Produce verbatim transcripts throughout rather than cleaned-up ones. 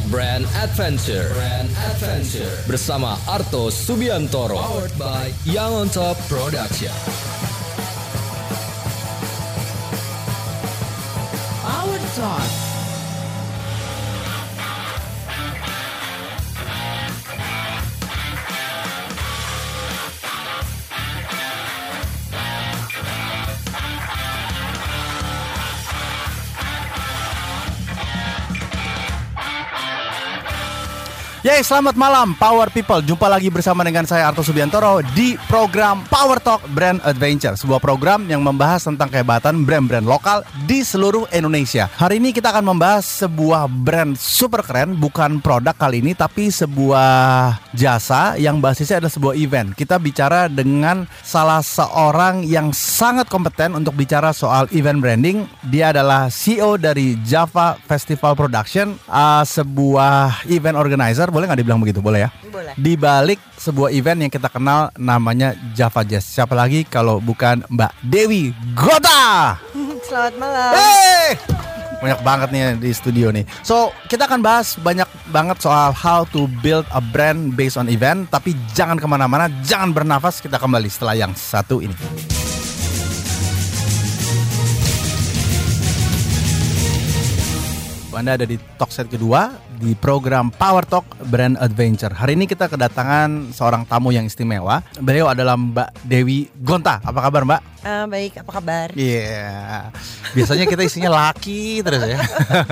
Brand Adventure. Brand Adventure bersama Arto Subiantoro. Powered by Young on Top Production. Power Talk. Yeay, selamat malam Power People. Jumpa lagi bersama dengan saya Arto Subiantoro di program Power Talk Brand Adventure, sebuah program yang membahas tentang kehebatan brand-brand lokal di seluruh Indonesia. Hari ini kita akan membahas sebuah brand super keren, bukan produk kali ini tapi sebuah jasa yang basisnya adalah sebuah event. Kita bicara dengan salah seorang yang sangat kompeten untuk bicara soal event branding. Dia adalah C E O dari Java Festival Production, uh, sebuah event organizer. Boleh nggak dibilang begitu? Boleh ya? Boleh. Di balik sebuah event yang kita kenal namanya Java Jazz. Siapa lagi kalau bukan Mbak Dewi Gonta? Selamat malam. Hey! Banyak banget nih di studio nih. So, kita akan bahas banyak banget soal how to build a brand based on event. Tapi jangan kemana-mana, jangan bernafas. Kita kembali setelah yang satu ini. Anda ada di Talkset kedua di program Power Talk Brand Adventure. Hari ini kita kedatangan seorang tamu yang istimewa. Beliau adalah Mbak Dewi Gonta. Apa kabar, Mbak? Uh, baik, apa kabar? Iya, yeah. Biasanya kita isinya laki terus ya.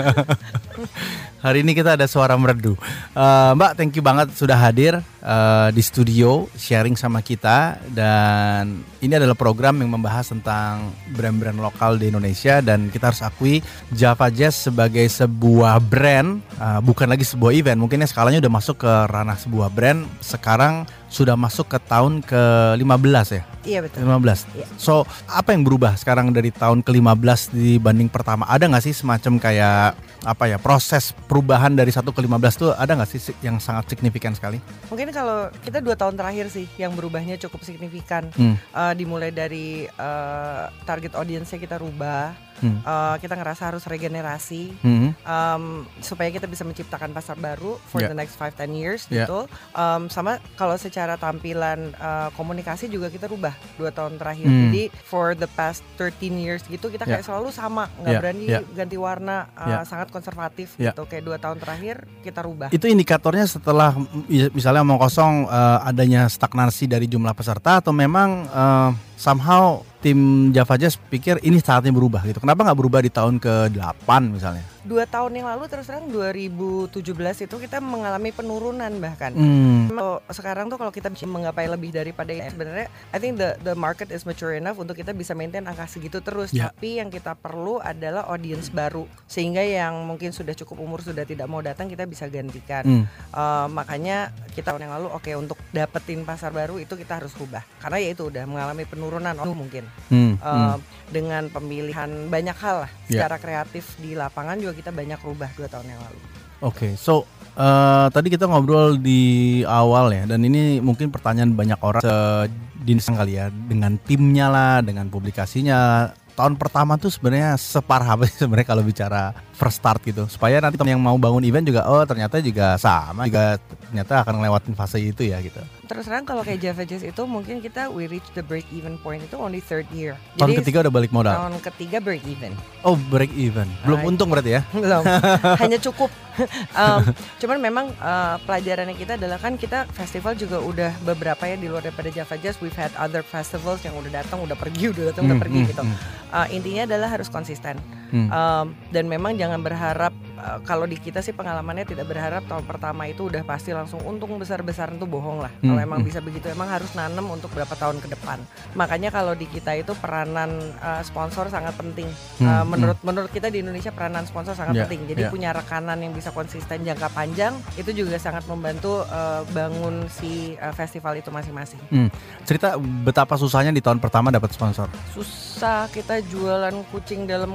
Hari ini kita ada suara merdu. uh, Mbak, thank you banget sudah hadir uh, di studio sharing sama kita. Dan ini adalah program yang membahas tentang brand-brand lokal di Indonesia. Dan kita harus akui Java Jazz sebagai sebuah brand, uh, bukan lagi sebuah event. Mungkinnya skalanya udah masuk ke ranah sebuah brand. Sekarang sudah masuk ke tahun ke lima belas ya? Iya betul. lima belas. Iya. So, apa yang berubah sekarang dari tahun ke lima belas dibanding pertama? Ada gak sih semacam kayak apa ya, proses perubahan dari satu ke lima belas tuh ada gak sih yang sangat signifikan sekali? Mungkin kalau kita dua tahun terakhir sih yang berubahnya cukup signifikan. Hmm. uh, Dimulai dari uh, target audience-nya kita rubah. Hmm. Uh, kita ngerasa harus regenerasi hmm. um, supaya kita bisa menciptakan pasar baru for yeah. the next five to ten years yeah. gitu. Um, sama kalau secara tampilan uh, komunikasi juga kita rubah dua tahun terakhir. Hmm. Jadi for the past thirteen years gitu kita kayak yeah. selalu sama, nggak yeah. berani yeah. ganti warna, uh, yeah. sangat konservatif yeah. gitu. Kayak dua tahun terakhir kita rubah. Itu indikatornya setelah misalnya omong kosong, uh, adanya stagnasi dari jumlah peserta atau memang uh, somehow tim Java Jazz pikir ini saatnya berubah gitu. Kenapa nggak berubah di tahun ke delapan misalnya? Dua tahun yang lalu terus terang dua ribu tujuh belas itu kita mengalami penurunan bahkan. Hmm. Memang sekarang tuh kalau kita menggapai lebih daripada ya, sebenarnya I think the the market is mature enough untuk kita bisa maintain angka segitu terus. Yeah. Tapi yang kita perlu adalah audience baru sehingga yang mungkin sudah cukup umur sudah tidak mau datang kita bisa gantikan. Hmm. Uh, makanya kita tahun yang lalu oke okay, untuk dapetin pasar baru itu kita harus rubah karena ya itu udah mengalami penurunan oh, mungkin. Hmm. Uh, hmm. Dengan pemilihan banyak hal lah secara yeah. kreatif di lapangan juga kita banyak rubah dua tahun yang lalu. Oke, okay, so uh, tadi kita ngobrol di awal ya, dan ini mungkin pertanyaan banyak orang sedinisan kali ya, dengan timnya lah, dengan publikasinya. Tahun pertama tuh sebenarnya separah apa sih sebenarnya kalau bicara first start gitu, supaya nanti teman yang mau bangun event juga oh ternyata juga sama, juga ternyata akan ngelewatin fase itu ya gitu. Terus terang kalau kayak Java Jazz itu mungkin kita we reach the break even point itu only third year. Tahun Jadi, ketiga udah balik modal. Tahun ketiga break even. Oh break even, belum uh, untung berarti ya? Belum, hanya cukup. um, cuman memang uh, pelajarannya kita adalah kan kita festival juga udah beberapa ya di luar daripada Java Jazz. We've had other festivals yang udah datang, udah pergi, udah datang, hmm, udah pergi hmm, gitu. Hmm. Uh, intinya adalah harus konsisten. Hmm. Um, dan memang jangan berharap uh, kalau di kita sih pengalamannya tidak berharap tahun pertama itu udah pasti langsung untung besar-besaran tuh bohong lah. Hmm. Kalau emang hmm. bisa begitu emang harus nanem untuk berapa tahun ke depan. Makanya kalau di kita itu peranan uh, sponsor sangat penting. Hmm. Uh, menurut hmm. menurut kita di Indonesia peranan sponsor sangat yeah. penting. Jadi yeah. punya rekanan yang bisa konsisten jangka panjang itu juga sangat membantu uh, bangun si uh, festival itu masing-masing. Hmm. Cerita betapa susahnya di tahun pertama dapat sponsor. Susah, kita jualan kucing dalam karung.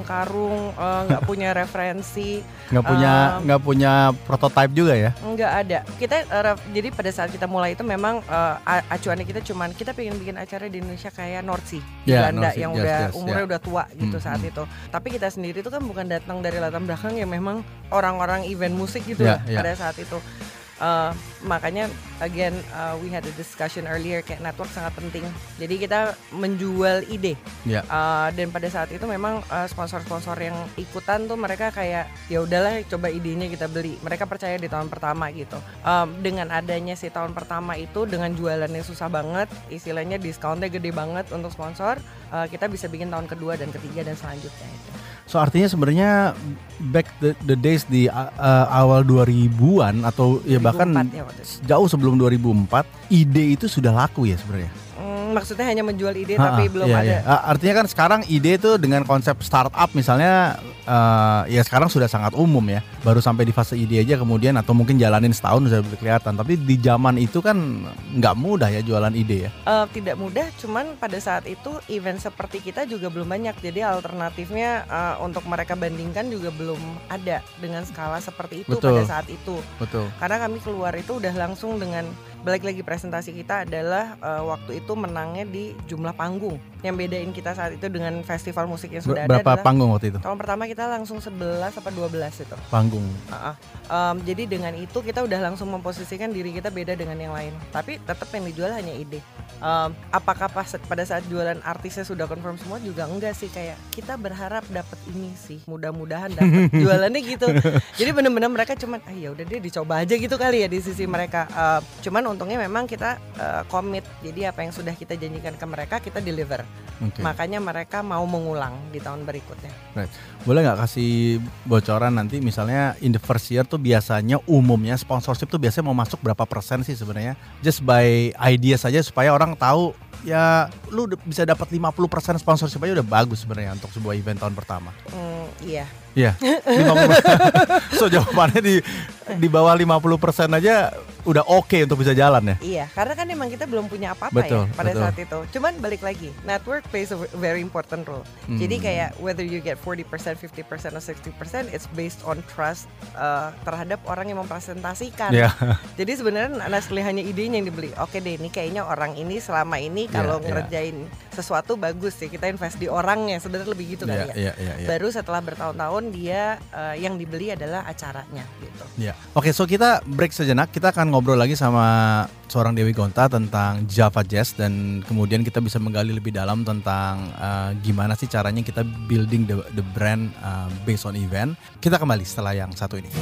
langsung, uh, nggak punya referensi, nggak punya nggak um, punya prototype juga ya? Nggak ada. Kita uh, jadi pada saat kita mulai itu memang uh, acuannya kita cuman kita pengen bikin acara di Indonesia kayak North Sea, yeah, Belanda North Sea, yang yes, udah yes, umurnya yeah. udah tua gitu hmm, saat hmm. itu. Tapi kita sendiri itu kan bukan datang dari latar belakang yang memang orang-orang event musik gitu yeah, lah yeah. pada saat itu. Uh, makanya again uh, we had a discussion earlier kayak network sangat penting. Jadi kita menjual ide. Yeah. Uh, dan pada saat itu memang uh, sponsor-sponsor yang ikutan tuh mereka kayak ya udahlah coba idenya kita beli. Mereka percaya di tahun pertama gitu. Um, dengan adanya si tahun pertama itu dengan jualannya susah banget, istilahnya diskonnya gede banget untuk sponsor, uh, kita bisa bikin tahun kedua dan ketiga dan selanjutnya itu. So artinya sebenarnya back the, the days di uh, awal dua ribuan atau ya bahkan ya, jauh sebelum dua ribu empat ide itu sudah laku ya sebenarnya. Hmm, maksudnya hanya menjual ide Ha-ha, tapi belum iya, ada. Iya. Artinya kan sekarang ide itu dengan konsep startup misalnya uh, ya sekarang sudah sangat umum ya. Baru sampai di fase ide aja kemudian atau mungkin jalanin setahun sudah kelihatan. Tapi di zaman itu kan nggak mudah ya jualan ide ya. Uh, tidak mudah, cuman pada saat itu event seperti kita juga belum banyak. Jadi alternatifnya uh, untuk mereka bandingkan juga belum ada dengan skala seperti itu. Betul. Pada saat itu. Betul. Karena kami keluar itu udah langsung dengan balik lagi presentasi kita adalah uh, waktu itu menangnya di jumlah panggung. Yang bedain kita saat itu dengan festival musik yang sudah Ber- berapa ada. Berapa panggung waktu itu? Tahun pertama kita langsung sebelas apa dua belas itu. Panggung. Uh-uh. Um, jadi dengan itu kita udah langsung memposisikan diri kita beda dengan yang lain. Tapi tetap yang dijual hanya ide. Um, apakah pas pada saat jualan artisnya sudah confirm semua juga enggak sih, kayak kita berharap dapat ini sih. Mudah-mudahan dapat jualannya gitu. Jadi benar-benar mereka cuman ah ya udah deh dicoba aja gitu kali ya di sisi mereka. Uh, cuman untungnya memang kita uh, komit. Jadi apa yang sudah kita janjikan ke mereka kita deliver. Okay. Makanya mereka mau mengulang di tahun berikutnya. Right. Boleh nggak kasih bocoran nanti misalnya in the first year tuh biasanya umumnya sponsorship tuh biasanya mau masuk berapa persen sih sebenarnya? Just by idea saja supaya orang tahu ya lu bisa dapat lima puluh persen sponsorship aja udah bagus sebenarnya untuk sebuah event tahun pertama. Hmm, iya. Iya. lima puluh persen. So jawabannya di di bawah lima puluh persen aja udah oke okay untuk bisa jalan ya. Iya, karena kan emang kita belum punya apa-apa betul, ya pada betul. saat itu. Cuman balik lagi, network plays a very important role. Hmm. Jadi kayak whether you get forty percent, fifty percent, or sixty percent, it's based on trust uh, terhadap orang yang mempresentasikan. Yeah. Jadi sebenarnya asli hanya idenya yang dibeli. Oke deh, ini kayaknya orang ini selama ini kalau yeah, ngerjain yeah. sesuatu bagus ya, kita invest di orangnya. Sebenarnya lebih gitu yeah, kali ya. Yeah, yeah, yeah. Baru setelah bertahun-tahun dia uh, yang dibeli adalah acaranya gitu. Yeah. Oke, so kita break sejenak. Kita akan ngobrol lagi sama seorang Dewi Gonta tentang Java Jazz dan kemudian kita bisa menggali lebih dalam tentang uh, gimana sih caranya kita building the, the brand uh, based on event. Kita kembali setelah yang satu ini.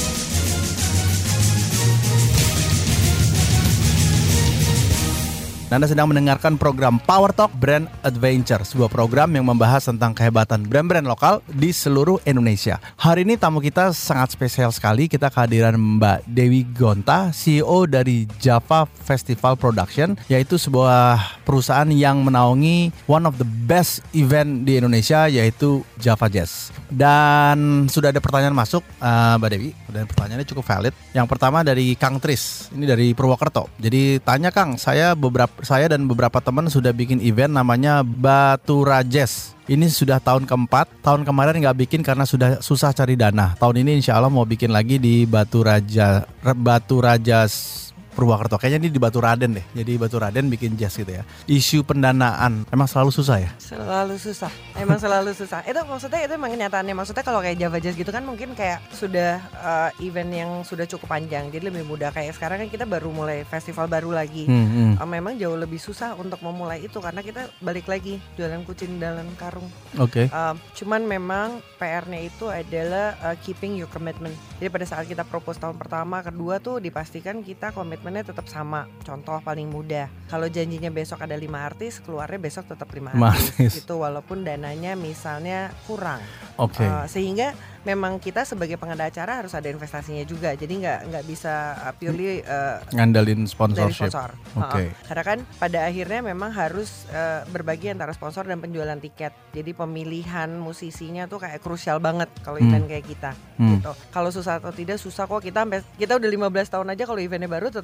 Anda sedang mendengarkan program Power Talk Brand Adventure, sebuah program yang membahas tentang kehebatan brand-brand lokal di seluruh Indonesia. Hari ini tamu kita sangat spesial sekali. Kita kehadiran Mbak Dewi Gonta, C E O dari Java Festival Production, yaitu sebuah perusahaan yang menaungi one of the best event di Indonesia, yaitu Java Jazz. Dan sudah ada pertanyaan masuk, uh, Mbak Dewi, dan pertanyaannya cukup valid. Yang pertama dari Kang Tris, ini dari Purwokerto. Jadi tanya Kang, saya beberapa saya dan beberapa teman sudah bikin event namanya Batura Jazz. Ini sudah tahun keempat. Tahun kemarin nggak bikin karena sudah susah cari dana. Tahun ini insya Allah mau bikin lagi di Baturaja Baturaja Purwokerto. Kayaknya ini di Baturaden deh. Jadi Baturaden bikin jazz gitu ya. Isu pendanaan emang selalu susah ya? Selalu susah. Emang selalu susah. Itu maksudnya itu emang kenyataannya. Maksudnya kalau kayak Java Jazz gitu kan mungkin kayak sudah uh, event yang sudah cukup panjang. Jadi lebih mudah. Kayak sekarang kan kita baru mulai festival baru lagi. Hmm, hmm. Uh, memang jauh lebih susah untuk memulai itu karena kita balik lagi jualan kucing dalam karung. Oke. Okay. Uh, cuman memang P R-nya itu adalah uh, keeping your commitment. Jadi pada saat kita propose tahun pertama, kedua tuh dipastikan kita komit tetap sama. Contoh paling mudah, kalau janjinya besok ada lima artis, keluarnya besok tetap lima artis gitu, walaupun dananya misalnya kurang. Oke. Okay. Uh, sehingga memang kita sebagai pengada acara harus ada investasinya juga. Jadi nggak nggak bisa uh, purely uh, ngandelin sponsorship. Sponsor. Oke. Okay. Uh-uh. Karena kan pada akhirnya memang harus uh, berbagi antara sponsor dan penjualan tiket. Jadi pemilihan musisinya tuh kayak krusial banget kalau hmm. event kayak kita. Hmm. Gitu. Kalau susah atau tidak susah kok, kita sampai kita udah lima belas tahun aja kalau eventnya baru tetap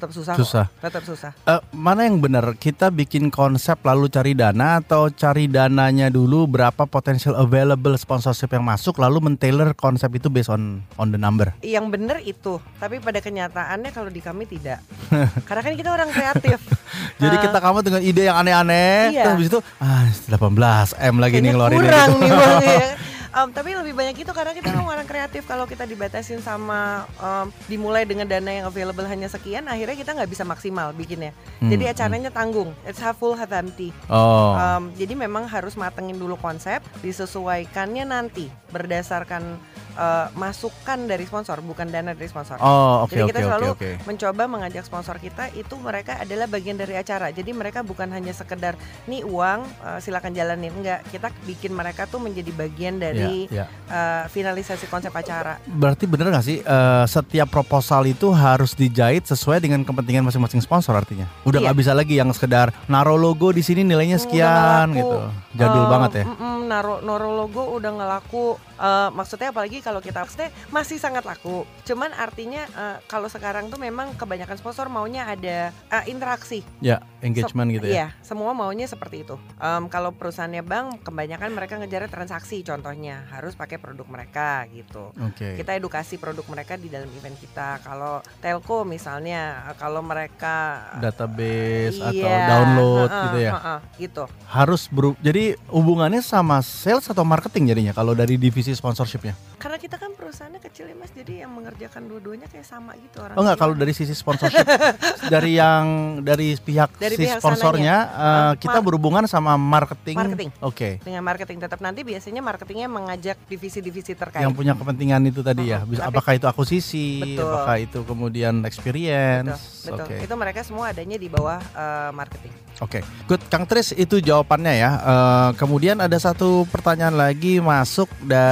tetap susah. Susah. Kok. Tetap susah. Uh, mana yang benar? Kita bikin konsep lalu cari dana atau cari dananya dulu berapa potential available sponsorship yang masuk lalu men-tailor konsep itu based on on the number. Yang benar itu, tapi pada kenyataannya kalau di kami tidak. Karena kan kita orang kreatif. Jadi uh, kita kamu dengan ide yang aneh-aneh, iya. terus habis itu ah delapan belas M lagi nih ngeluarin kurang gitu. nih bang ya. Um, tapi lebih banyak itu karena kita orang kreatif. Kalau kita dibatasin sama um, dimulai dengan dana yang available hanya sekian, akhirnya kita nggak bisa maksimal bikinnya. Hmm, Jadi acaranya tanggung, it's half full half empty. Oh. Um, jadi memang harus matengin dulu konsep, disesuaikannya nanti berdasarkan uh, masukan dari sponsor, bukan dana dari sponsor. Oh, oke Jadi oke kita oke selalu oke. mencoba mengajak sponsor kita itu mereka adalah bagian dari acara. Jadi mereka bukan hanya sekedar nih uang uh, silakan jalanin, enggak. Kita bikin mereka tuh menjadi bagian dari Ya, ya. uh, finalisasi konsep acara. Berarti bener gak sih uh, setiap proposal itu harus dijahit sesuai dengan kepentingan masing-masing sponsor artinya? Udah nggak Iya. bisa lagi yang sekedar naro logo di sini nilainya Udah sekian nggak laku. gitu. Jadul Uh, banget ya. mm-mm, naro naro logo udah nggak laku. Uh, maksudnya apalagi kalau kita maksudnya masih sangat laku. Cuman artinya uh, kalau sekarang tuh memang kebanyakan sponsor maunya ada uh, interaksi. Ya, engagement Sep- gitu ya. Iya, semua maunya seperti itu. Um, kalau perusahaannya bank, kebanyakan mereka ngejar transaksi. Contohnya harus pakai produk mereka gitu. Oke. Kita edukasi produk mereka di dalam event kita. Kalau telco misalnya, kalau mereka Database atau iya, download uh-uh, gitu ya. uh-uh, gitu. Harus beru- jadi hubungannya sama sales atau marketing jadinya kalau dari divisi sponsorshipnya. Karena kita kan perusahaannya kecil ya mas, jadi yang mengerjakan dua-duanya kayak sama gitu orang. Oh enggak, kalau dari sisi sponsorship dari yang dari pihak Dari si pihak sponsornya uh, Uh, kita mar- berhubungan sama marketing. Marketing. Oke. Dengan marketing tetap nanti biasanya marketingnya mengajak divisi-divisi terkait. Yang punya kepentingan itu tadi ya. Uh-uh, Bisa tapi- apakah itu akuisisi, Betul. apakah itu kemudian Betul, experience. betul. Oke. Itu mereka semua adanya di bawah uh, marketing. Oke, good. Kang Tris itu jawabannya ya. Uh, kemudian ada satu pertanyaan lagi masuk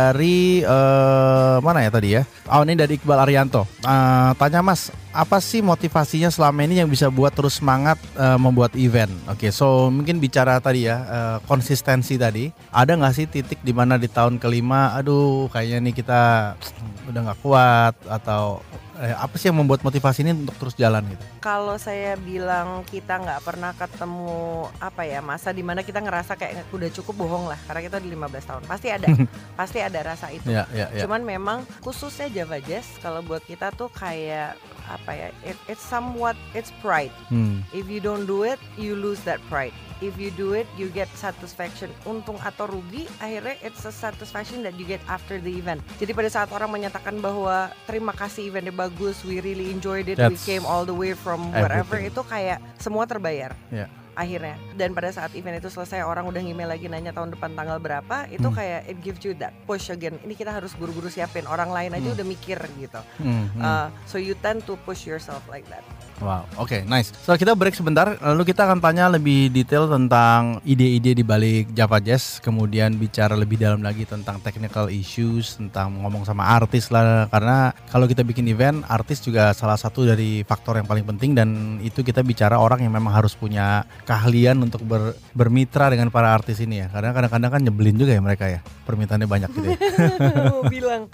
dari uh, mana ya tadi ya? Oh ini dari Iqbal Arianto. Uh, tanya Mas, apa sih motivasinya selama ini yang bisa buat terus semangat uh, membuat event? Oke, so mungkin bicara tadi ya uh, konsistensi tadi. Ada nggak sih titik di mana di tahun kelima, aduh kayaknya nih kita udah nggak kuat atau eh, apa sih yang membuat motivasi ini untuk terus jalan gitu? Kalau saya bilang kita nggak pernah ketemu apa ya masa dimana kita ngerasa kayak udah cukup, bohong lah, karena kita udah lima belas tahun pasti ada pasti ada rasa itu. Ya, ya, ya. Cuman memang khususnya Java Jazz kalau buat kita tuh kayak apa ya, it, it's somewhat it's pride. Hmm. If you don't do it, you lose that pride. If you do it, you get satisfaction. Untung atau rugi, akhirnya it's a satisfaction that you get after the event. Jadi pada saat orang menyatakan bahwa terima kasih eventnya bagus, we really enjoyed it, we That's came all the way from wherever, everything. itu kayak semua terbayar. Ya. Akhirnya. Dan pada saat event itu selesai, orang udah ngemail lagi nanya tahun depan tanggal berapa, itu Hmm. kayak it gives you that push again. Ini kita harus buru-buru siapin. Orang lain aja Hmm. udah mikir gitu. Hmm, hmm. Uh, so you tend to push yourself like that. Wow, oke, nice. So kita break sebentar, lalu kita akan tanya lebih detail tentang ide-ide di balik Java Jazz, kemudian bicara lebih dalam lagi tentang technical issues, tentang ngomong sama artis lah, karena kalau kita bikin event, artis juga salah satu dari faktor yang paling penting, dan itu kita bicara orang yang memang harus punya keahlian untuk ber, bermitra dengan para artis ini ya, karena kadang-kadang kan nyebelin juga ya mereka ya, permintaannya banyak gitu ya. Mau bilang.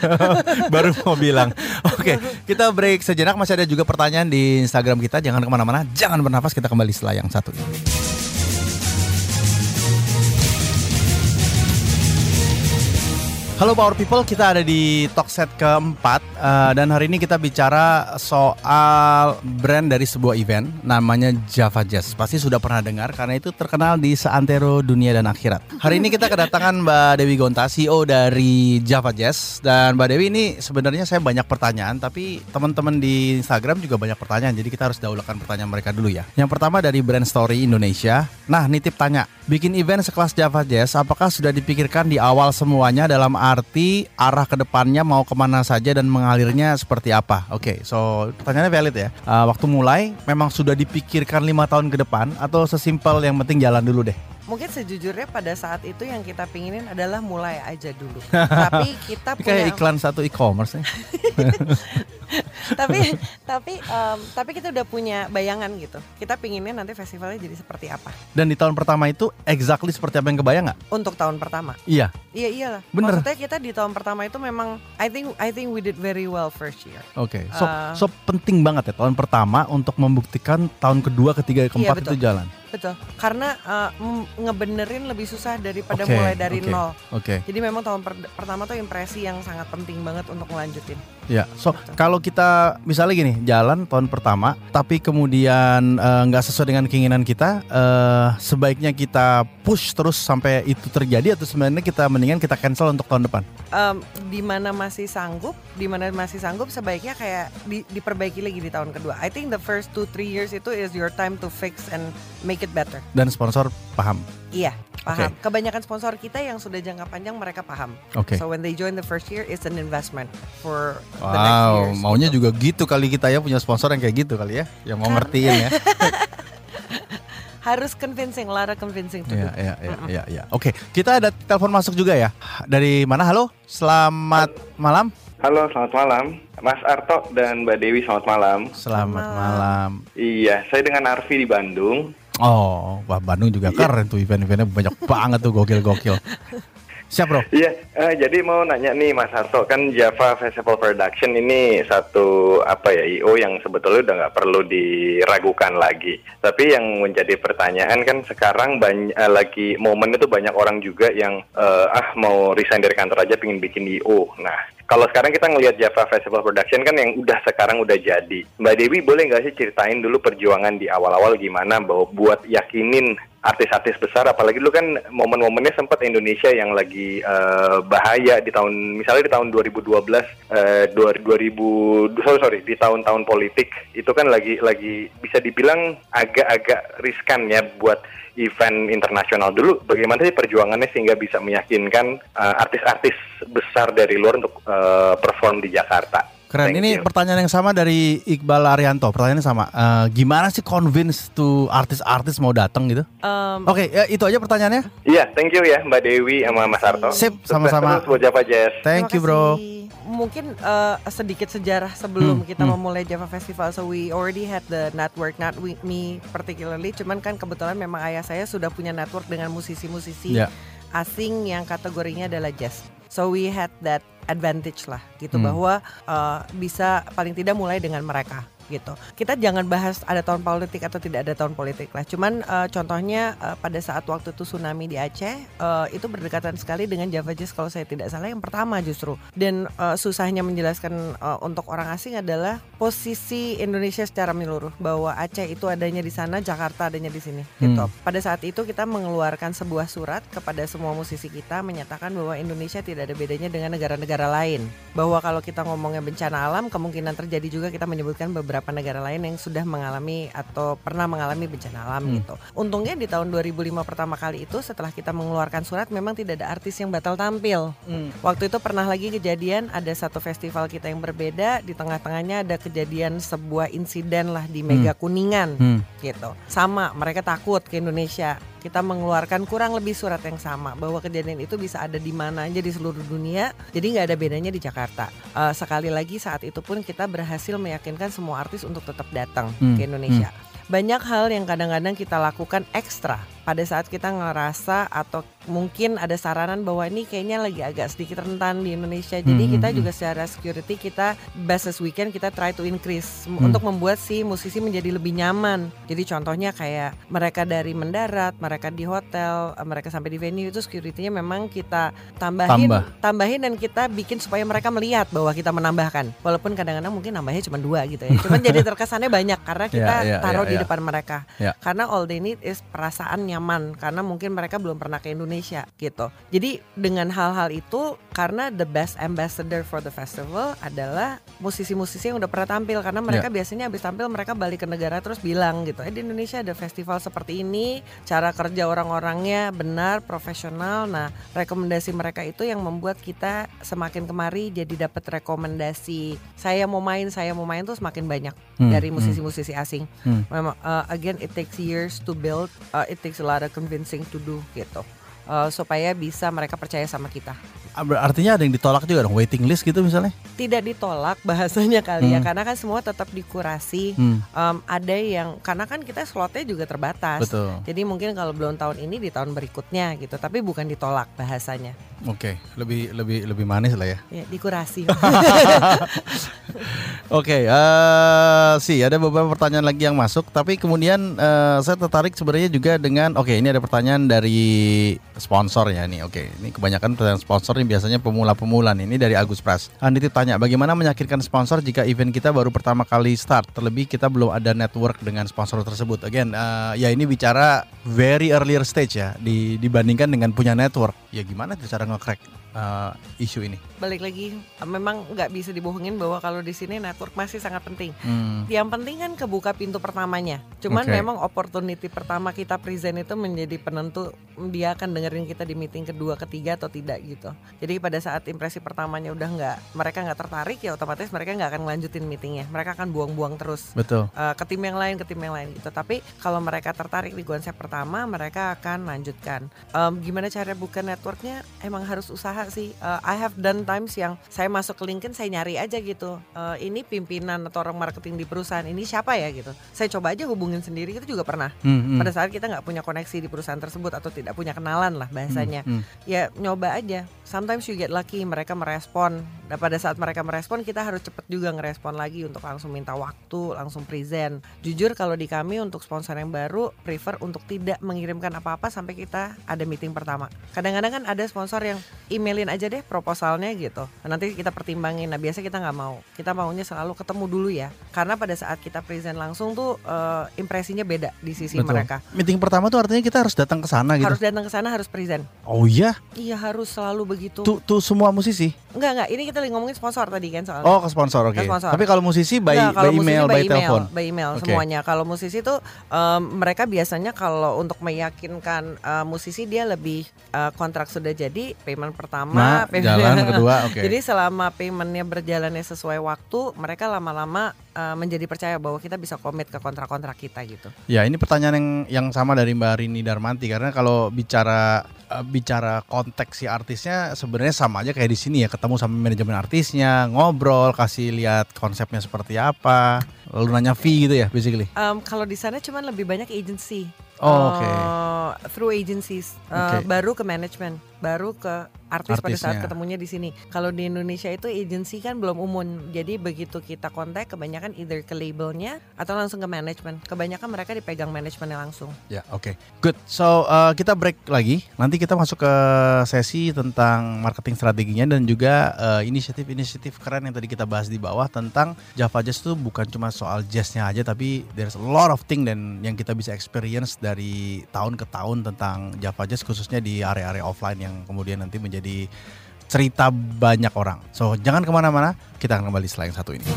Baru mau bilang. Oke, kita break sejenak, masih ada juga pertanyaan di Instagram kita. Jangan kemana-mana, jangan bernafas, kita kembali setelah yang satu ini. Halo Power People, kita ada di talk set keempat uh, dan hari ini kita bicara soal brand dari sebuah event namanya Java Jazz. Pasti sudah pernah dengar karena itu terkenal di seantero dunia dan akhirat. Hari ini kita kedatangan Mbak Dewi Gonta, C E O dari Java Jazz. Dan Mbak Dewi ini sebenarnya saya banyak pertanyaan, tapi teman-teman di Instagram juga banyak pertanyaan. Jadi kita harus dahulukan pertanyaan mereka dulu ya. Yang pertama dari Brand Story Indonesia. Nah, nitip tanya, bikin event sekelas Java Jazz apakah sudah dipikirkan di awal semuanya dalam arti arah ke depannya mau kemana saja dan mengalirnya seperti apa? Oke, okay, so pertanyaannya valid ya. Uh, waktu mulai memang sudah dipikirkan lima tahun ke depan atau sesimpel yang penting jalan dulu deh? Mungkin sejujurnya pada saat itu yang kita pinginin adalah mulai aja dulu. Tapi kita punya kayak iklan satu e-commerce nih. tapi tapi um, tapi kita udah punya bayangan gitu. Kita pinginnya nanti festivalnya jadi seperti apa. Dan di tahun pertama itu exactly seperti apa yang kebayang nggak? Untuk tahun pertama. Iya. Iya iyalah. Bener. Maksudnya kita di tahun pertama itu memang I think I think we did very well first year. Oke. Okay. So Uh, so penting banget ya tahun pertama untuk membuktikan tahun kedua, ketiga, keempat iya, itu jalan. Betul. Karena uh, m- ngebenerin lebih susah daripada Oke, mulai dari oke, nol. Oke. Jadi memang tahun per- pertama tuh impresi yang sangat penting banget untuk ngelanjutin. Ya, so Betul. kalau kita misalnya gini, jalan tahun pertama, tapi kemudian eh, nggak sesuai dengan keinginan kita, eh, sebaiknya kita push terus sampai itu terjadi atau sebenarnya kita mendingan kita cancel untuk tahun depan? Um, di mana masih sanggup, di mana masih sanggup sebaiknya kayak di- diperbaiki lagi di tahun kedua. I think the first two three years itu is your time to fix and make it better. Dan sponsor paham. Iya, paham. Kebanyakan sponsor kita yang sudah jangka panjang mereka paham. Oke. So when they join the first year, it's an investment for the next Wow, years. maunya gitu. juga gitu kali kita ya punya sponsor yang kayak gitu kali ya, yang mau ngertiin ya. Harus convincing, a lot of convincing to Iya, do. iya, iya, iya, iya. Oke, kita ada telepon masuk juga ya. Dari mana? Halo, selamat malam. Halo, selamat malam. Mas Arto dan Mbak Dewi, selamat malam. Selamat Malam. malam. Iya, saya dengan Arfi di Bandung. Oh, wah Bandung juga keren tuh event-eventnya banyak banget tuh gokil-gokil. Siap bro. Iya, eh, jadi mau nanya nih Mas Arto, kan Java Festival Production ini satu apa ya I O yang sebetulnya udah nggak perlu diragukan lagi. Tapi yang menjadi pertanyaan kan sekarang banyak eh, lagi momen itu banyak orang juga yang eh, ah mau resign dari kantor aja pengen bikin I O. Nah, kalau sekarang kita ngelihat Java Festival Production kan yang udah sekarang udah jadi. Mbak Dewi boleh nggak sih ceritain dulu perjuangan di awal-awal gimana bahwa buat yakinin artis-artis besar, apalagi dulu kan momen-momennya sempat Indonesia yang lagi uh, bahaya di tahun, misalnya di tahun dua ribu dua belas, uh, dua ribu sorry sorry di tahun-tahun politik itu kan lagi lagi bisa dibilang agak-agak riskan ya buat event internasional dulu. Bagaimana sih perjuangannya sehingga bisa meyakinkan uh, artis-artis besar dari luar untuk uh, perform di Jakarta? Keren. Thank Ini you. pertanyaan yang sama dari Iqbal Arianto. Pertanyaannya sama. Eh, gimana sih convince tuh artis-artis mau datang gitu? Um, Oke, ya, itu aja pertanyaannya. Iya, thank you ya Mbak Dewi sama Mas Arto. Sip, Sukses sama-sama. terus buat Java Jazz. Thank you Terima bro. kasih. Mungkin uh, sedikit sejarah sebelum Hmm, kita hmm. memulai Java Festival. So we already had the network, not with me particularly. Cuman kan kebetulan memang ayah saya sudah punya network dengan musisi-musisi Ya. asing yang kategorinya adalah jazz. So we had that advantage lah gitu, Hmm. bahwa uh, bisa paling tidak mulai dengan mereka gitu. Kita jangan bahas ada tahun politik atau tidak ada tahun politik lah. Cuman uh, contohnya uh, pada saat waktu itu tsunami di Aceh, uh, itu berdekatan sekali dengan Java Jazz kalau saya tidak salah yang pertama justru. Dan uh, susahnya menjelaskan uh, untuk orang asing adalah posisi Indonesia secara menyeluruh, bahwa Aceh itu adanya di sana, Jakarta adanya di sini gitu. Hmm. Pada saat itu kita mengeluarkan sebuah surat kepada semua musisi kita menyatakan bahwa Indonesia tidak ada bedanya dengan negara-negara lain. Bahwa kalau kita ngomongnya bencana alam, kemungkinan terjadi juga kita menyebutkan beberapa negara lain yang sudah mengalami atau pernah mengalami bencana alam Hmm. gitu. Untungnya di tahun dua ribu lima pertama kali itu setelah kita mengeluarkan surat memang tidak ada artis yang batal tampil. Hmm. Waktu itu pernah lagi kejadian ada satu festival kita yang berbeda, di tengah-tengahnya ada kejadian sebuah insiden lah di Mega Kuningan Hmm. gitu. Sama, mereka takut ke Indonesia. Kita mengeluarkan kurang lebih surat yang sama bahwa kejadian itu bisa ada di mana aja di seluruh dunia. Jadi nggak ada bedanya di Jakarta. Uh, sekali lagi saat itu pun kita berhasil meyakinkan semua artis untuk tetap datang Hmm, ke Indonesia. Banyak hal yang kadang-kadang kita lakukan ekstra pada saat kita ngerasa atau mungkin ada saranan bahwa ini kayaknya lagi agak sedikit rentan di Indonesia. Jadi Hmm, kita hmm, juga secara security kita best as we can kita try to increase m- Hmm. untuk membuat si musisi menjadi lebih nyaman. Jadi contohnya kayak mereka dari mendarat, mereka di hotel, eh, mereka sampai di venue itu security-nya memang kita tambahin, Tambah. tambahin dan kita bikin supaya mereka melihat bahwa kita menambahkan. Walaupun kadang-kadang mungkin nambahnya cuma dua gitu ya. Cuman jadi terkesannya banyak karena kita Ya, ya, taruh ya, di ya. depan mereka. Ya. Karena all they need is perasaan nyaman, karena mungkin mereka belum pernah ke Indonesia gitu. Jadi dengan hal-hal itu, karena the best ambassador for the festival adalah musisi-musisi yang udah pernah tampil, karena mereka biasanya habis tampil mereka balik ke negara terus bilang gitu, eh di Indonesia ada festival seperti ini, cara kerja orang-orangnya benar, profesional. Nah rekomendasi mereka itu yang membuat kita semakin kemari jadi dapat rekomendasi saya mau main, saya mau main tuh semakin banyak Hmm, dari musisi-musisi asing. Hmm. Memang uh, again it takes years to build, uh, it takes a lot of convincing to do gitu. uh, supaya bisa mereka percaya sama kita. Artinya ada yang ditolak juga dong, waiting list gitu misalnya? Tidak ditolak bahasanya kali ya, Hmm. karena kan semua tetap dikurasi. Hmm. Um, ada yang karena kan kita slotnya juga terbatas. Betul. Jadi mungkin kalau belum tahun ini di tahun berikutnya gitu, tapi bukan ditolak bahasanya. Oke, lebih lebih lebih manis lah ya. Ya, dikurasi. Oke, eh sih ada beberapa pertanyaan lagi yang masuk, tapi kemudian eh, saya tertarik sebenarnya juga dengan, oke ini ada pertanyaan dari sponsor ya nih. Oke, ini kebanyakan pertanyaan sponsor ini biasanya pemula-pemula nih. Ini dari Agus Pras. Andi tanya, bagaimana meyakinkan sponsor jika event kita baru pertama kali start, terlebih kita belum ada network dengan sponsor tersebut. Again, eh, ya ini bicara very earlier stage ya, di, dibandingkan dengan punya network. Ya gimana tuh cara nge-crack uh, isu ini? Balik lagi, memang nggak bisa dibohongin bahwa kalau di sini network masih sangat penting. Hmm. Yang penting kan kebuka pintu pertamanya. Cuman Oke. memang opportunity pertama kita present itu menjadi penentu dia akan dengerin kita di meeting kedua, ketiga atau tidak gitu. Jadi pada saat impresi pertamanya udah nggak, mereka nggak tertarik ya otomatis mereka nggak akan lanjutin meetingnya. Mereka akan buang-buang terus. Betul. Uh, ke tim yang lain, ke tim yang lain gitu. Tapi kalau mereka tertarik di konsep pertama, mereka akan lanjutkan. Um, gimana cara buka networknya? Emang harus usaha sih. Uh, I have done times yang saya masuk ke LinkedIn, saya nyari aja gitu. Uh, ini pimpinan atau orang marketing di perusahaan ini siapa ya gitu. Saya coba aja hubungin sendiri, itu juga pernah. Hmm, hmm. Pada saat kita nggak punya koneksi di perusahaan tersebut atau tidak punya kenalan lah bahasanya, Hmm, hmm. ya nyoba aja. Sometimes you get lucky, mereka merespon. Dan pada saat mereka merespon, kita harus cepet juga ngerespon lagi untuk langsung minta waktu, langsung present. Jujur kalau di kami untuk sponsor yang baru, prefer untuk tidak mengirimkan apa-apa sampai kita ada meeting pertama. Kadang-kadang kan ada sponsor yang emailin aja deh proposalnya gitu. Nanti kita pertimbangin. Nah biasa kita nggak mau. Kita maunya selalu ketemu dulu ya. Karena pada saat kita present langsung tuh uh, impresinya beda di sisi Betul. mereka. Meeting pertama tuh artinya kita harus datang ke sana gitu. Harus datang ke sana, harus present. Oh iya, Iya harus selalu begitu. tuh tuh semua musisi. Enggak enggak, ini kita lagi ngomongin sponsor tadi kan soalnya. Oh ke sponsor, oke. Ke sponsor. Tapi kalau musisi by, Enggak, kalau by email, musisi by, telepon. by email Oke. semuanya. Kalau musisi tuh um, mereka biasanya kalau untuk meyakinkan uh, musisi dia lebih uh, kontrak sudah jadi, payment pertama, Nah, payment jalan kedua, oke. Jadi selama paymentnya berjalannya sesuai waktu, mereka lama-lama uh, menjadi percaya bahwa kita bisa komit ke kontrak-kontrak kita gitu. Ya ini pertanyaan yang yang sama dari Mbak Rini Darmanti, karena kalau bicara uh, bicara konteks si artisnya sebenarnya sama aja kayak di sini ya, ketemu sama manajemen artisnya, ngobrol, kasih lihat konsepnya seperti apa, lalu nanya fee gitu ya basically. Um, kalau di sana cuman lebih banyak agency. Oh, oke. Uh, through agencies, uh, Oke. baru ke manajemen, baru ke artis pada saat Artisnya. ketemunya di sini. Kalau di Indonesia itu agency kan belum umum, jadi begitu kita kontak kebanyakan either ke labelnya atau langsung ke manajemen. Kebanyakan mereka dipegang manajemennya langsung. Ya oke, good. So uh, kita break lagi. Nanti kita masuk ke sesi tentang marketing strateginya dan juga uh, inisiatif-inisiatif keren yang tadi kita bahas di bawah tentang Java Jazz itu bukan cuma soal jazznya aja, tapi there's a lot of thing dan yang kita bisa experience dari tahun ke tahun tentang Java Jazz, khususnya di area-area offline yang kemudian nanti menjadi cerita banyak orang. So jangan kemana-mana, kita akan kembali setelah yang satu ini.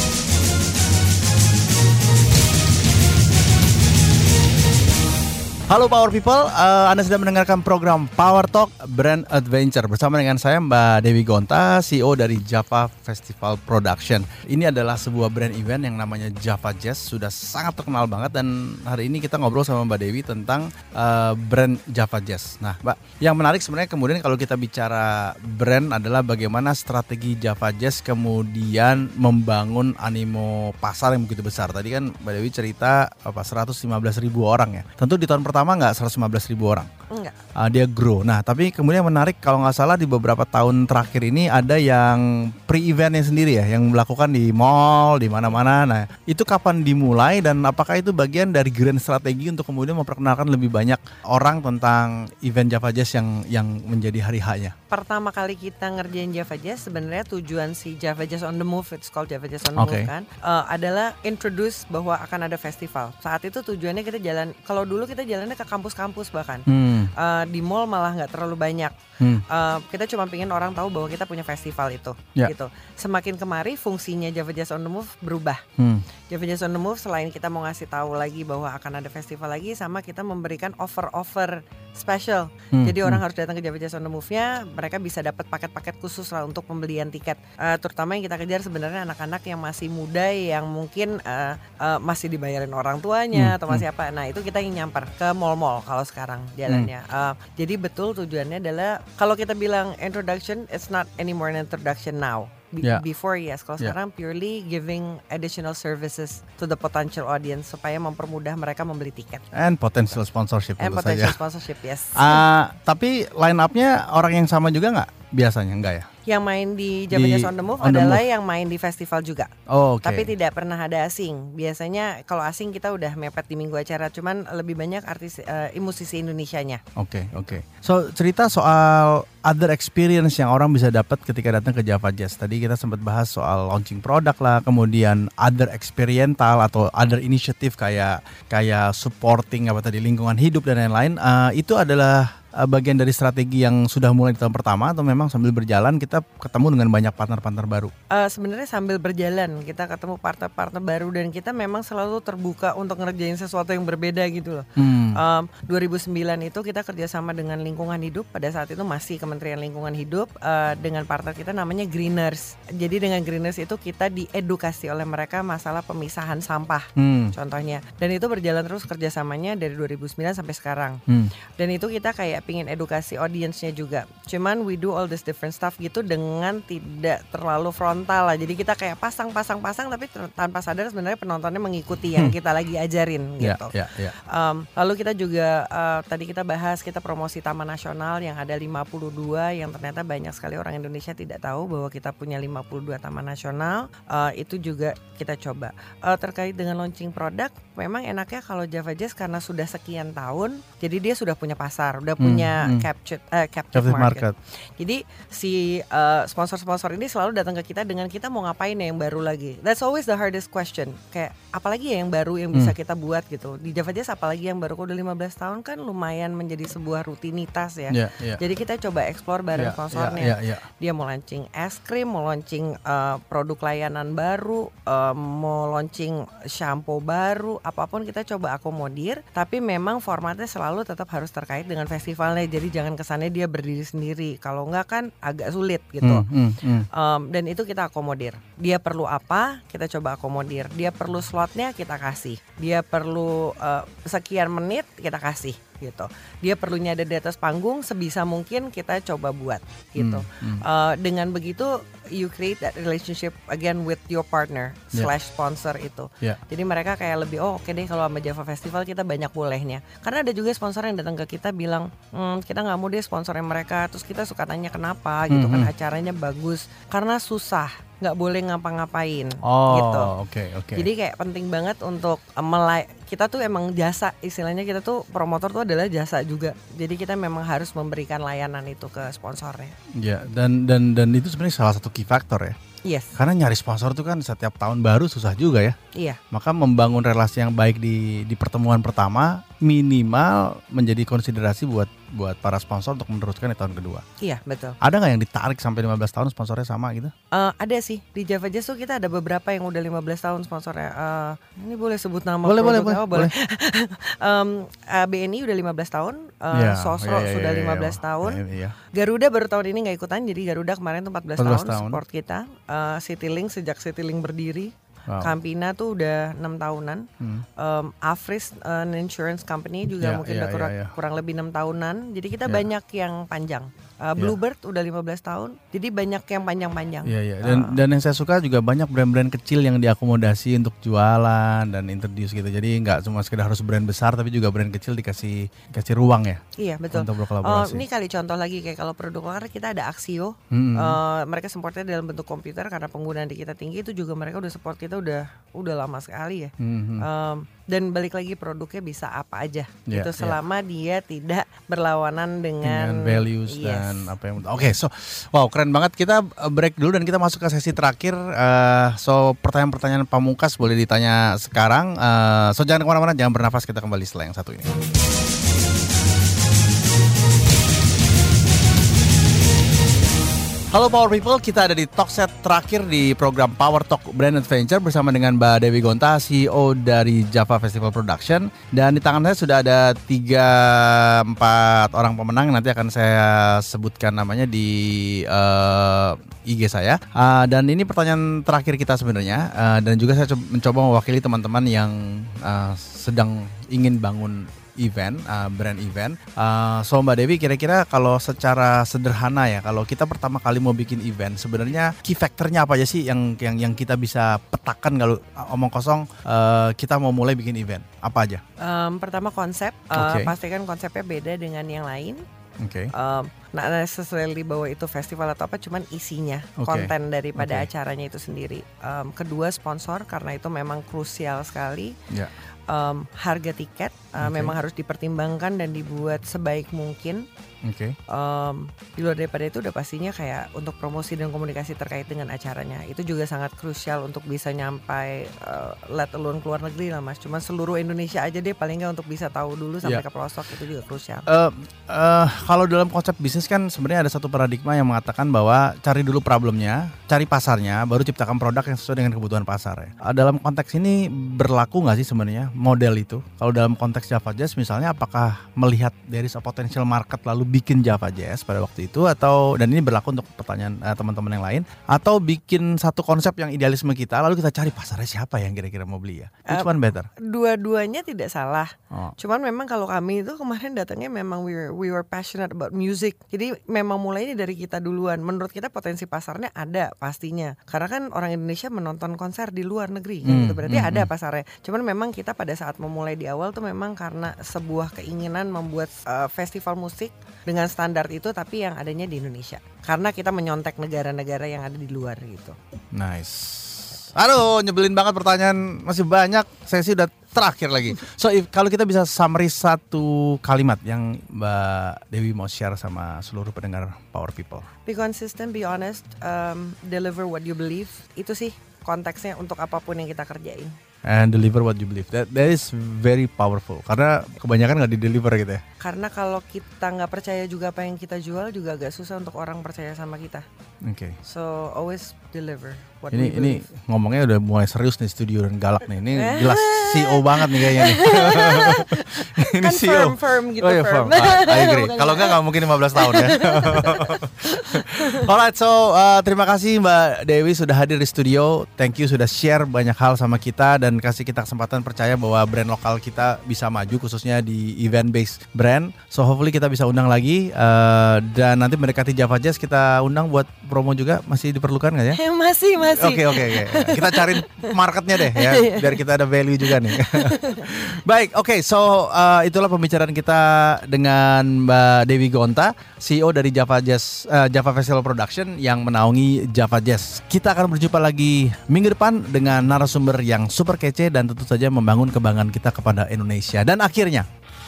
Halo Power People, uh, Anda sedang mendengarkan program Power Talk Brand Adventure bersama dengan saya Mbak Dewi Gonta, C E O dari Java Festival Production. Ini adalah sebuah brand event yang namanya Java Jazz, sudah sangat terkenal banget, dan hari ini kita ngobrol sama Mbak Dewi tentang uh, brand Java Jazz. Nah Mbak, yang menarik sebenarnya kemudian kalau kita bicara brand adalah bagaimana strategi Java Jazz kemudian membangun animo pasar yang begitu besar. Tadi kan Mbak Dewi cerita apa seratus lima belas ribu orang ya. Tentu di tahun pertama nggak seratus lima belas ribu orang. Enggak. Uh, dia grow. Nah, tapi kemudian menarik kalau nggak salah di beberapa tahun terakhir ini ada yang pre-eventnya sendiri ya, yang melakukan di mall, di mana-mana. Nah, itu kapan dimulai dan apakah itu bagian dari grand strategi untuk kemudian memperkenalkan lebih banyak orang tentang event Java Jazz yang yang menjadi hari H-nya? Pertama kali kita ngerjain Java Jazz, sebenarnya tujuan si Java Jazz on the Move, it's called Java Jazz on the Okay. Move kan, uh, adalah introduce bahwa akan ada festival. Saat itu tujuannya kita jalan, kalau dulu kita jalannya ke kampus-kampus bahkan. Hmm. Uh, di mall malah nggak terlalu banyak. Hmm. Uh, kita cuma pengen orang tahu bahwa kita punya festival itu. Ya. Gitu. Semakin kemari fungsinya Java Jazz on the Move berubah. Hmm. Java Jazz on the Move selain kita mau ngasih tahu lagi bahwa akan ada festival lagi, sama kita memberikan offer-offer special. Hmm. Jadi orang harus datang ke Java Jazz on the Move-nya, mereka bisa dapat paket-paket khusus lah untuk pembelian tiket. Uh, terutama yang kita kejar sebenarnya anak-anak yang masih muda, yang mungkin uh, uh, masih dibayarin orang tuanya Hmm. atau masih apa. Nah itu kita yang nyamper ke mall-mall kalau sekarang jalannya. Um, Uh, jadi betul tujuannya adalah kalau kita bilang introduction, it's not anymore an introduction now. Be- Yeah. Before yes, kalau Yeah. sekarang purely giving additional services to the potential audience supaya mempermudah mereka membeli tiket. And potential sponsorship And tentu potential saja. sponsorship, yes. Ah, tapi line up-nya orang yang sama juga nggak? Biasanya enggak ya? Yang main di Java Jazz Di on the Move On the adalah Move. yang main di festival juga. Oh, oke. Tapi tidak pernah ada asing. Biasanya kalau asing kita udah mepet di minggu acara, cuman lebih banyak artis uh, musisi Indonesianya. Oke, oke. So, cerita soal other experience yang orang bisa dapat ketika datang ke Java Jazz. Tadi kita sempat bahas soal launching produk lah, kemudian other experiential atau other initiative kayak kayak supporting apa tadi lingkungan hidup dan lain-lain. Uh, itu adalah uh, bagian dari strategi yang sudah mulai di tahun pertama atau memang sambil berjalan kita ketemu dengan banyak partner-partner baru? Uh, sebenarnya sambil berjalan kita ketemu partner-partner baru dan kita memang selalu terbuka untuk ngerjain sesuatu yang berbeda gitu loh. Hmm. Um, dua ribu sembilan itu kita kerjasama dengan Lingkungan Hidup, pada saat itu masih Kementerian Lingkungan Hidup, uh, dengan partner kita namanya Greeners. Jadi dengan Greeners itu kita diedukasi oleh mereka masalah pemisahan sampah, Hmm. contohnya. Dan itu berjalan terus kerjasamanya dari dua ribu sembilan sampai sekarang. Hmm. Dan itu kita kayak pingin edukasi audiensnya juga. Cuman we do all this different stuff gitu dengan tidak terlalu frontal lah. Jadi kita kayak pasang-pasang-pasang tapi ter- tanpa sadar sebenarnya penontonnya mengikuti yang kita lagi ajarin Ya, gitu. ya, ya. Um, lalu kita juga uh, tadi kita bahas kita promosi Taman Nasional yang ada lima puluh dua yang ternyata banyak sekali orang Indonesia tidak tahu bahwa kita punya lima puluh dua Taman Nasional. Uh, itu juga kita coba. Uh, terkait dengan launching produk, memang enaknya kalau Java Jazz karena sudah sekian tahun, jadi dia sudah punya pasar, udah punya hmm. captured uh, captive Captive market. market. Jadi si uh, sponsor-sponsor ini selalu datang ke kita dengan kita mau ngapain ya yang baru lagi. That's always the hardest question. Kayak apalagi ya yang baru yang bisa Hmm. kita buat gitu. Di Java Jazz apalagi yang baru, udah lima belas tahun kan lumayan menjadi sebuah rutinitas ya. Ya, ya. Jadi kita coba explore bareng Ya, sponsornya. ya, ya, ya. Dia mau launching es krim, mau launching uh, produk layanan baru, uh, mau launching shampoo baru, apapun kita coba akomodir. Tapi memang formatnya selalu tetap harus terkait dengan festivalnya. Jadi jangan kesannya dia berdiri sendiri. Kalau enggak kan agak sulit gitu. Hmm, hmm, hmm. Um, dan itu kita akomodir. Dia perlu apa, kita coba akomodir. Dia perlu slotnya, kita kasih. Dia perlu uh, sekian menit, kita kasih gitu. Dia perlunya ada di atas panggung, sebisa mungkin kita coba buat gitu. Hmm, hmm. Uh, dengan begitu you create that relationship again with your partner Yeah. slash sponsor itu. Yeah. Jadi mereka kayak lebih oh oke deh kalau sama Java Festival kita banyak bolehnya. Karena ada juga sponsor yang datang ke kita bilang hmm, kita nggak mau deh sponsornya mereka. Terus kita suka tanya kenapa gitu kan, Mhm. acaranya bagus karena susah, nggak boleh ngapa-ngapain Oh, gitu. oke, oke. Jadi kayak penting banget untuk uh, melay kita tuh emang jasa, istilahnya kita tuh promotor tuh adalah jasa juga. Jadi kita memang harus memberikan layanan itu ke sponsornya. Ya, dan dan dan itu sebenarnya salah satu key factor ya. Yes. Karena nyari sponsor tuh kan setiap tahun baru susah juga ya. Iya. Maka membangun relasi yang baik di di pertemuan pertama minimal menjadi konsiderasi buat buat para sponsor untuk meneruskan di tahun kedua. Iya, betul. Ada nggak yang ditarik sampai lima belas tahun sponsornya sama gitu? Uh, ada sih di Java Jazz tuh kita ada beberapa yang udah lima belas tahun sponsornya. Uh, ini boleh sebut nama Boleh, boleh, produknya? boleh, Oh, boleh. um, uh, B N I udah lima belas tahun, uh, Ya, Sosro ya, ya, sudah ya, ya, lima belas ya. tahun. Ya, ya. Garuda baru tahun ini nggak ikutan, jadi Garuda kemarin tuh empat belas, empat belas tahun, tahun. support kita. Uh, Citylink sejak Citylink berdiri. Wow. Campina tuh udah enam tahunan. Hmm. Um, Afris uh, an insurance company juga Ya, mungkin ya, udah kurang, ya, ya. kurang lebih enam tahunan. Jadi kita Ya. banyak yang panjang. Uh, Bluebird udah lima belas tahun. Jadi banyak yang panjang-panjang. Iya, iya. Dan Uh, dan yang saya suka juga banyak brand-brand kecil yang diakomodasi untuk jualan dan introduce gitu. Jadi nggak cuma sekedar harus brand besar, tapi juga brand kecil dikasih kasih ruang ya Iya betul. untuk Oh, berkolaborasi. ini kali contoh lagi kayak kalau produk luar kita ada Axio. Hmm. Uh, mereka supportnya dalam bentuk komputer karena penggunaan di kita tinggi, itu juga mereka udah support kita udah udah lama sekali ya. Hmm, hmm. Um, dan balik lagi produknya bisa apa aja Ya, gitu ya. selama dia tidak berlawanan dengan, dengan values yes. dan apa yang oke so wow keren banget. Kita uh, break dulu dan kita masuk ke sesi terakhir. Uh, so pertanyaan-pertanyaan pamungkas boleh ditanya sekarang. Uh, so jangan kemana-mana, jangan bernafas, kita kembali setelah yang satu ini. Halo Power People, kita ada di talk set terakhir di program Power Talk Brand Adventure bersama dengan Mbak Dewi Gonta, C E O dari Java Festival Production. Dan di tangan saya sudah ada tiga empat orang pemenang, nanti akan saya sebutkan namanya di uh, I G saya. Uh, dan ini pertanyaan terakhir kita sebenarnya, uh, dan juga saya co- mencoba mewakili teman-teman yang uh, sedang ingin bangun event, uh, brand event. Uh, so Mbak Dewi, kira-kira kalau secara sederhana ya, kalau kita pertama kali mau bikin event, sebenarnya key factornya apa aja sih yang yang yang kita bisa petakan kalau omong kosong uh, kita mau mulai bikin event? Apa aja? Um, pertama konsep, uh, Okay. pastikan konsepnya beda dengan yang lain. Oke. Okay. Um, nah, necessarily bahwa itu festival atau apa, cuman isinya, Okay. konten daripada Okay. acaranya itu sendiri. Um, kedua, sponsor, karena itu memang krusial sekali. Ya. Um, harga tiket uh, Okay. memang harus dipertimbangkan dan dibuat sebaik mungkin. Oke. Okay. Um, di luar daripada itu udah pastinya kayak untuk promosi dan komunikasi terkait dengan acaranya itu juga sangat krusial untuk bisa nyampai uh, let alone keluar negeri lah Mas. Cuma seluruh Indonesia aja deh paling nggak untuk bisa tahu dulu sampai Yeah. ke pelosok, itu juga krusial. Uh, uh, kalau dalam konsep bisnis kan sebenarnya ada satu paradigma yang mengatakan bahwa cari dulu problemnya, cari pasarnya, baru ciptakan produk yang sesuai dengan kebutuhan pasar ya. Uh, dalam konteks ini berlaku nggak sih sebenarnya model itu? Kalau dalam konteks Java Jazz misalnya, apakah melihat there is a potential market lalu bikin Java Jazz pada waktu itu, atau dan ini berlaku untuk pertanyaan uh, teman-teman yang lain, atau bikin satu konsep yang idealisme kita lalu kita cari pasarnya siapa yang kira-kira mau beli ya? Which Uh, one better? Dua-duanya tidak salah. Oh. Cuman memang kalau kami itu kemarin datangnya memang we were, we were passionate about music. Jadi memang mulainya dari kita duluan. Menurut kita potensi pasarnya ada pastinya. Karena kan orang Indonesia menonton konser di luar negeri kan Hmm, gitu. Berarti hmm, ada hmm. pasarnya. Cuman memang kita pada saat memulai di awal tuh memang karena sebuah keinginan membuat uh, festival musik dengan standar itu tapi yang adanya di Indonesia. Karena kita menyontek negara-negara yang ada di luar gitu. Nice. Aduh, nyebelin banget pertanyaan, masih banyak. Saya sih udah terakhir lagi. So, if, kalau kita bisa summary satu kalimat yang Mbak Dewi mau share sama seluruh pendengar Power People. Be consistent, be honest, um, deliver what you believe. Itu sih konteksnya untuk apapun yang kita kerjain. And deliver what you believe. That, that is very powerful. Karena kebanyakan nggak di-deliver gitu ya. Karena kalau kita nggak percaya juga apa yang kita jual juga agak susah untuk orang percaya sama kita. Oke. Okay. So always deliver what Ini we ini believe. ngomongnya udah mulai serius nih studio dan galak nih. Ini jelas C E O banget nih kayaknya nih. Ini Kan C E O. firm, firm gitu, Oh iya, firm. firm. I, I agree. Bukan Kalau galak. enggak nggak mungkin lima belas tahun ya. Alright, so uh, terima kasih Mbak Dewi sudah hadir di studio. Thank you sudah share banyak hal sama kita dan kasih kita kesempatan percaya bahwa brand lokal kita bisa maju khususnya di event based brand. So hopefully kita bisa undang lagi uh, dan nanti mendekati Java Jazz kita undang buat promo juga, masih diperlukan nggak ya? Eh, masih masih. Oke oke oke. Kita cari marketnya deh ya, biar kita ada value juga nih. Baik, oke. Okay, so uh, itulah pembicaraan kita dengan Mbak Dewi Gonta, C E O dari Java Jazz, uh, Java Festival Production yang menaungi Java Jazz. Kita akan berjumpa lagi minggu depan dengan narasumber yang super kece dan tentu saja membangun kebanggaan kita kepada Indonesia. Dan akhirnya,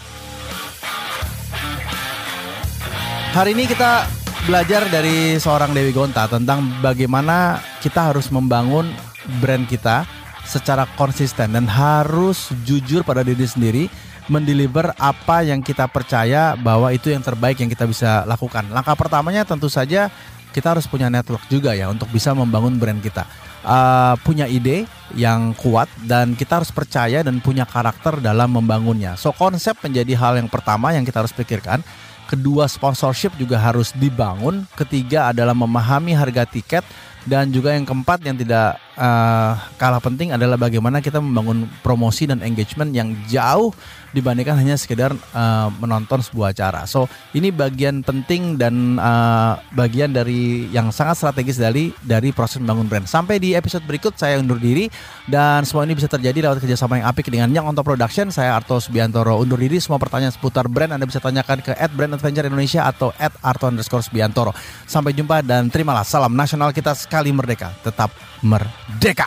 hari ini kita belajar dari seorang Dewi Gonta tentang bagaimana kita harus membangun brand kita secara konsisten dan harus jujur pada diri sendiri, mendeliver apa yang kita percaya bahwa itu yang terbaik yang kita bisa lakukan. Langkah pertamanya tentu saja kita harus punya network juga ya untuk bisa membangun brand kita. Uh, punya ide yang kuat dan kita harus percaya dan punya karakter dalam membangunnya. So konsep menjadi hal yang pertama yang kita harus pikirkan. Kedua, sponsorship juga harus dibangun. Ketiga adalah memahami harga tiket. Dan juga yang keempat yang tidak uh, kalah penting adalah bagaimana kita membangun promosi dan engagement yang jauh dibandingkan hanya sekedar uh, menonton sebuah acara. So ini bagian penting dan uh, bagian dari yang sangat strategis dari dari proses membangun brand. Sampai di episode berikut saya undur diri dan semua ini bisa terjadi lewat kerjasama yang apik dengan Yang On Top Production. Saya Arto Subiantoro undur diri. Semua pertanyaan seputar brand Anda bisa tanyakan ke at brand adventure indonesia atau at arto underscore subiantoro. Sampai jumpa dan terimalah salam nasional kita sekali merdeka, tetap merdeka.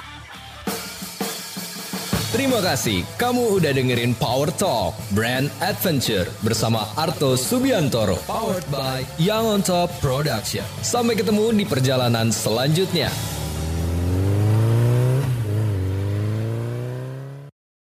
Terima kasih kamu udah dengerin Power Talk Brand Adventure bersama Arto Subiantoro, powered by Yang On Top Production. Sampai ketemu di perjalanan selanjutnya.